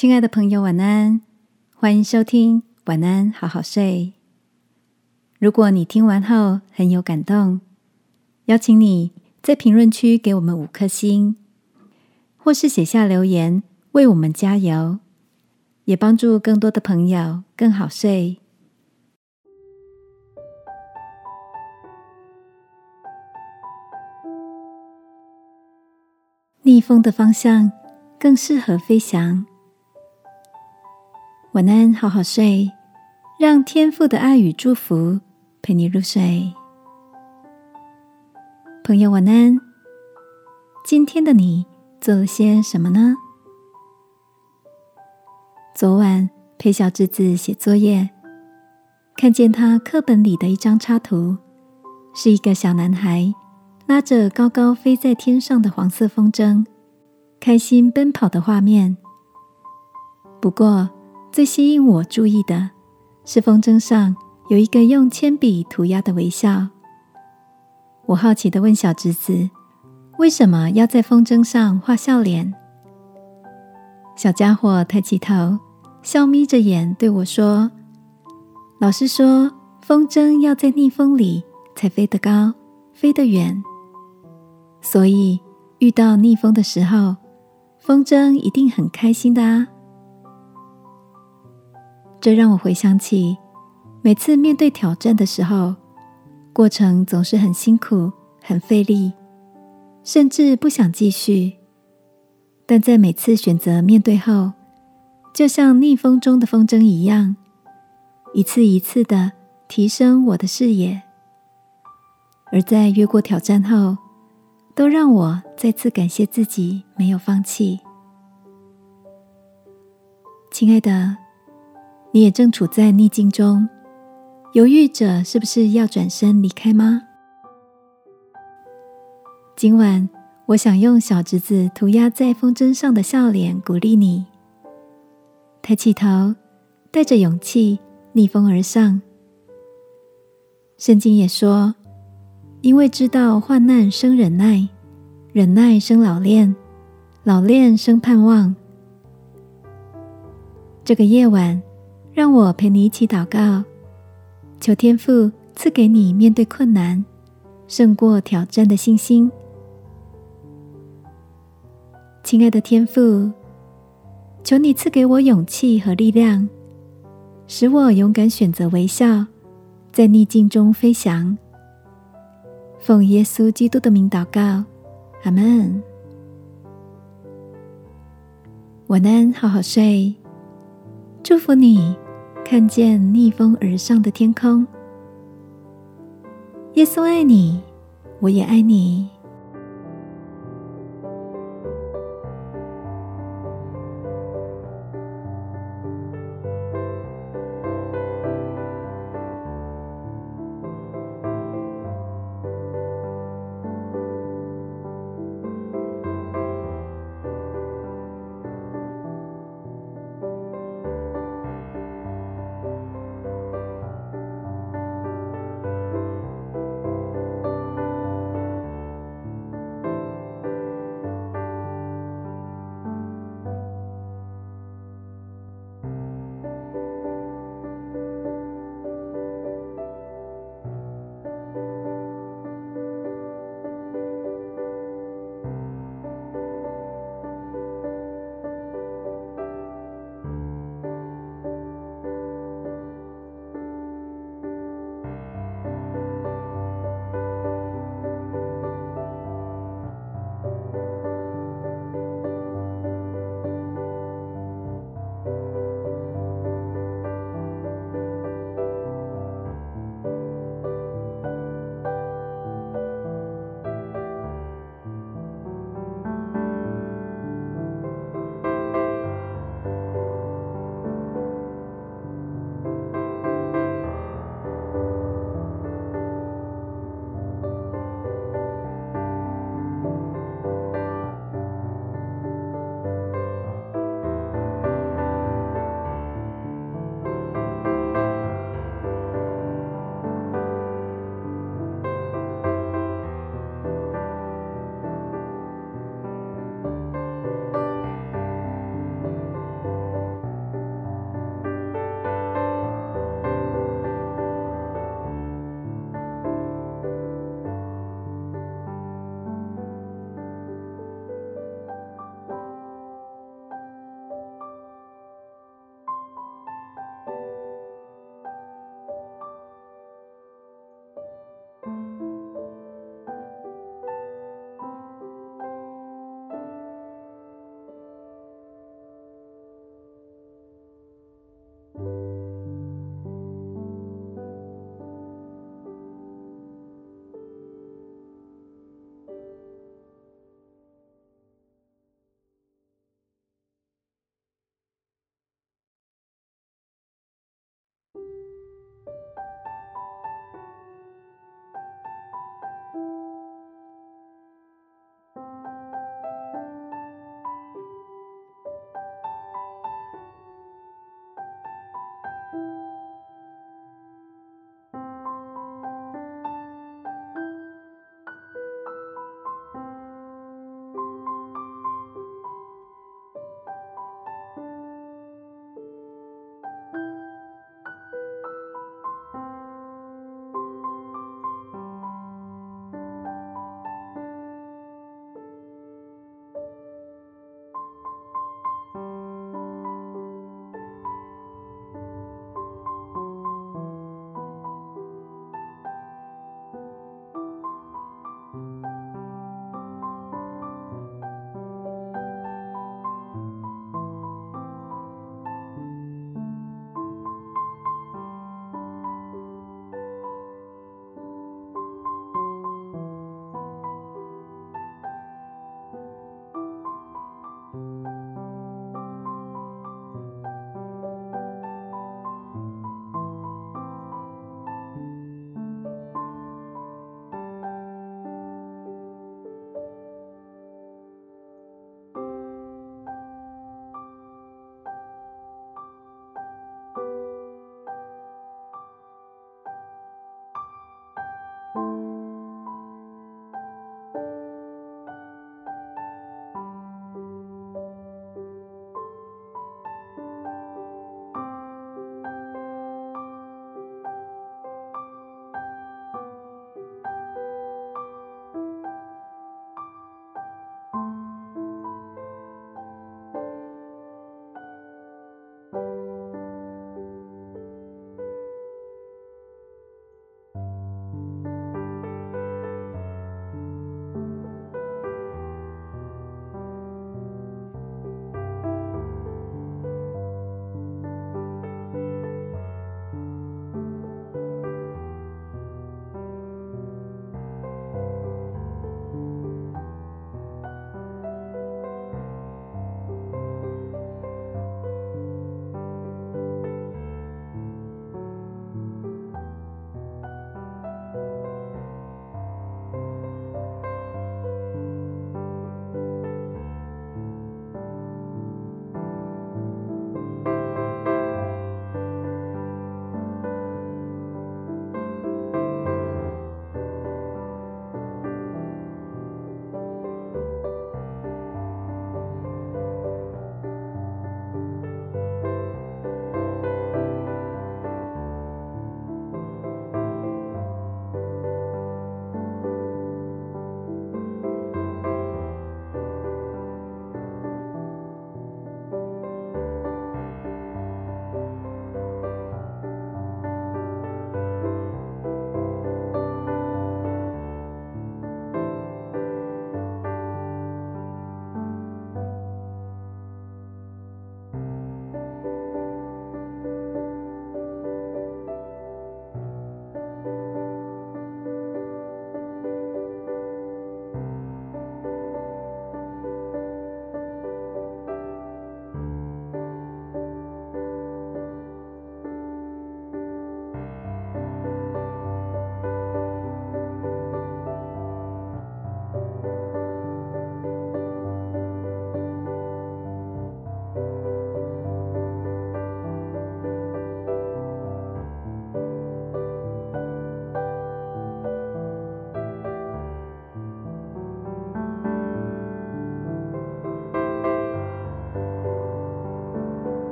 亲爱的朋友，晚安，欢迎收听晚安好好睡。如果你听完后很有感动，邀请你在评论区给我们5颗星，或是写下留言为我们加油，也帮助更多的朋友更好睡。逆风的方向更适合飞翔。晚安好好睡，让天父的爱与祝福陪你入睡。朋友晚安，今天的你做了些什么呢？昨晚陪小侄子写作业，看见他课本里的一张插图，是一个小男孩拉着高高飞在天上的黄色风筝，开心奔跑的画面。不过最吸引我注意的是风筝上有一个用铅笔涂鸦的微笑。我好奇地问小侄子，为什么要在风筝上画笑脸？小家伙抬起头，笑眯着眼对我说，老师说风筝要在逆风里才飞得高，飞得远，所以遇到逆风的时候，风筝一定很开心的啊。这让我回想起每次面对挑战的时候，过程总是很辛苦，很费力，甚至不想继续。但在每次选择面对后，就像逆风中的风筝一样，一次一次地提升我的视野。而在越过挑战后，都让我再次感谢自己没有放弃。亲爱的，你也正处在逆境中，犹豫着是不是要转身离开吗？今晚我想用小侄子涂鸦在风筝上的笑脸鼓励你，抬起头，带着勇气逆风而上。圣经也说，因为知道患难生忍耐，忍耐生老练，老练生盼望。这个夜晚，让我陪你一起祷告，求天父赐给你面对困难胜过挑战的信心。亲爱的天父，求你赐给我勇气和力量，使我勇敢选择微笑，在逆境中飞翔。奉耶稣基督的名祷告，阿们。晚安好好睡，祝福你看见逆风而上的天空。耶稣爱你，我也爱你。